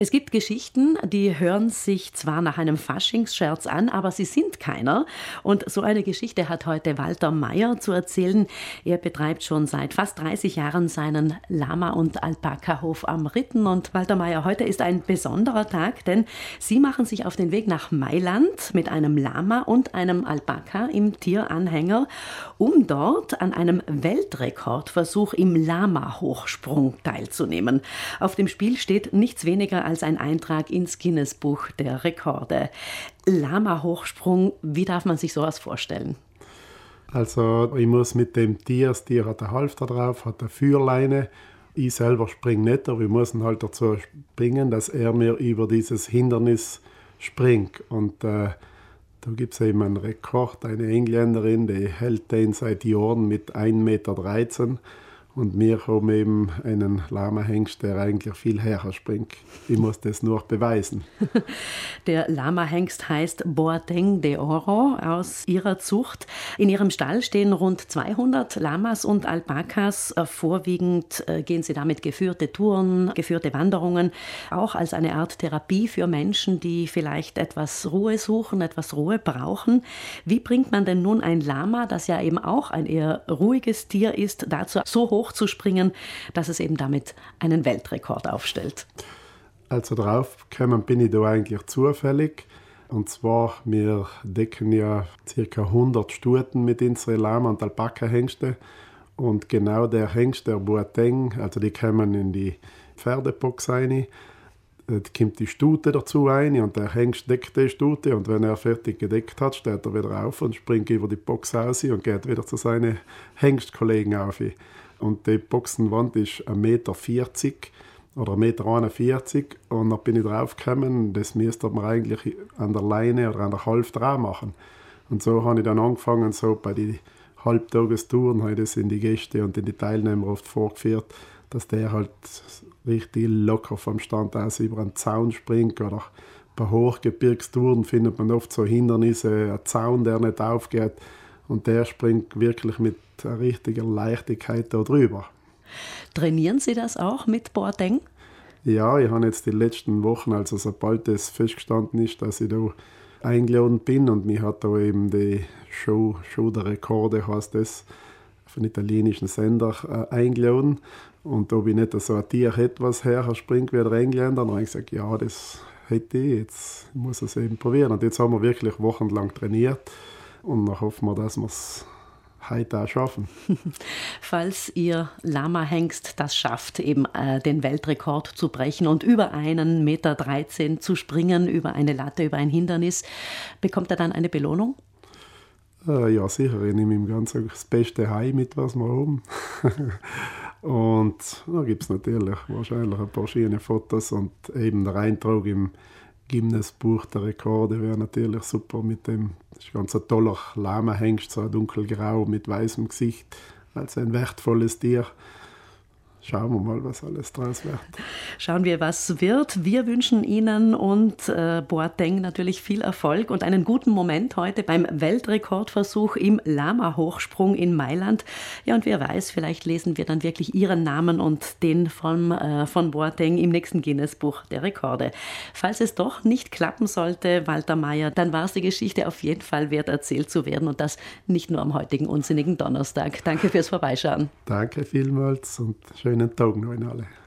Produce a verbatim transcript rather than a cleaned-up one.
Es gibt Geschichten, die hören sich zwar nach einem Faschingsscherz an, aber sie sind keiner. Und so eine Geschichte hat heute Walter Maier zu erzählen. Er betreibt schon seit fast dreißig Jahren seinen Lama- und Alpaka-Hof am Ritten. Und Walter Maier, heute ist ein besonderer Tag, denn Sie machen sich auf den Weg nach Mailand mit einem Lama und einem Alpaka im Tieranhänger, um dort an einem Weltrekordversuch im Lama-Hochsprung teilzunehmen. Auf dem Spiel steht nichts weniger als als ein Eintrag ins Guinness-Buch der Rekorde. Lama-Hochsprung, wie darf man sich sowas vorstellen? Also ich muss mit dem Tier, das Tier hat einen Halfter drauf, hat eine Führleine. Ich selber springe nicht, aber ich muss ihn halt dazu springen, dass er mir über dieses Hindernis springt. Und äh, da gibt es eben einen Rekord, eine Engländerin, die hält den seit Jahren mit ein Meter dreizehn. Und wir haben eben einen Lama-Hengst, der eigentlich viel höher springt. Ich muss das nur beweisen. Der Lama-Hengst heißt Boateng de Oro aus ihrer Zucht. In ihrem Stall stehen rund zweihundert Lamas und Alpakas. Vorwiegend gehen sie damit geführte Touren, geführte Wanderungen, auch als eine Art Therapie für Menschen, die vielleicht etwas Ruhe suchen, etwas Ruhe brauchen. Wie bringt man denn nun ein Lama, das ja eben auch ein eher ruhiges Tier ist, dazu so hoch zu springen, dass es eben damit einen Weltrekord aufstellt? Also drauf gekommen bin ich da eigentlich zufällig. Und zwar, wir decken ja ca. hundert Stuten mit unseren Lama- und Alpaka-Hengsten. Und genau der Hengst, der Boateng, also die kommen in die Pferdebox rein. Da kommt die Stute dazu rein und der Hengst deckt die Stute. Und wenn er fertig gedeckt hat, steht er wieder auf und springt über die Box raus und geht wieder zu seinen Hengstkollegen auf. Und die Boxenwand ist ein Meter vierzig oder ein Meter einundvierzig. Und dann bin ich draufgekommen, das müsste man eigentlich an der Leine oder an der Halfter machen. Und so habe ich dann angefangen, so bei den Halbtagestouren, habe ich das in die Gäste und in die Teilnehmer oft vorgeführt, dass der halt richtig locker vom Stand aus über einen Zaun springt. Oder bei Hochgebirgstouren findet man oft so Hindernisse, ein Zaun, der nicht aufgeht. Und der springt wirklich mit richtiger Leichtigkeit da drüber. Trainieren Sie das auch mit Boateng? Ja, ich habe jetzt die letzten Wochen, also sobald es festgestanden ist, dass ich da eingeladen bin und mich hat da eben die Show, Show der Rekorde, heißt das, von italienischen Sender äh, eingeladen. Und ob ich nicht so ein Tier hätte, was her springt wie der Engländer, dann habe ich gesagt, ja, das hätte ich, jetzt muss ich es eben probieren. Und jetzt haben wir wirklich wochenlang trainiert. Und dann hoffen wir, dass wir es heute auch schaffen. Falls Ihr Lama-Hengst das schafft, eben äh, den Weltrekord zu brechen und über einen Meter dreizehn zu springen, über eine Latte, über ein Hindernis, bekommt er dann eine Belohnung? Äh, ja, sicher. Ich nehme ihm ganz das beste Hai mit, was wir haben. Und da gibt es natürlich wahrscheinlich ein paar schöne Fotos und eben der Eintrag im Guinness-Buch der Rekorde wäre natürlich super mit dem, das ist ganz ein toller Lama-Hengst, so ein dunkelgrau mit weißem Gesicht, also ein wertvolles Tier. Schauen wir mal, was alles draus wird. Schauen wir, was wird. Wir wünschen Ihnen und äh, Boateng natürlich viel Erfolg und einen guten Moment heute beim Weltrekordversuch im Lama-Hochsprung in Mailand. Ja, und wer weiß, vielleicht lesen wir dann wirklich Ihren Namen und den von, äh, von Boateng im nächsten Guinness-Buch der Rekorde. Falls es doch nicht klappen sollte, Walter Maier, dann war es die Geschichte auf jeden Fall wert, erzählt zu werden und das nicht nur am heutigen unsinnigen Donnerstag. Danke fürs Vorbeischauen. Danke vielmals und schönen Tag noch an alle.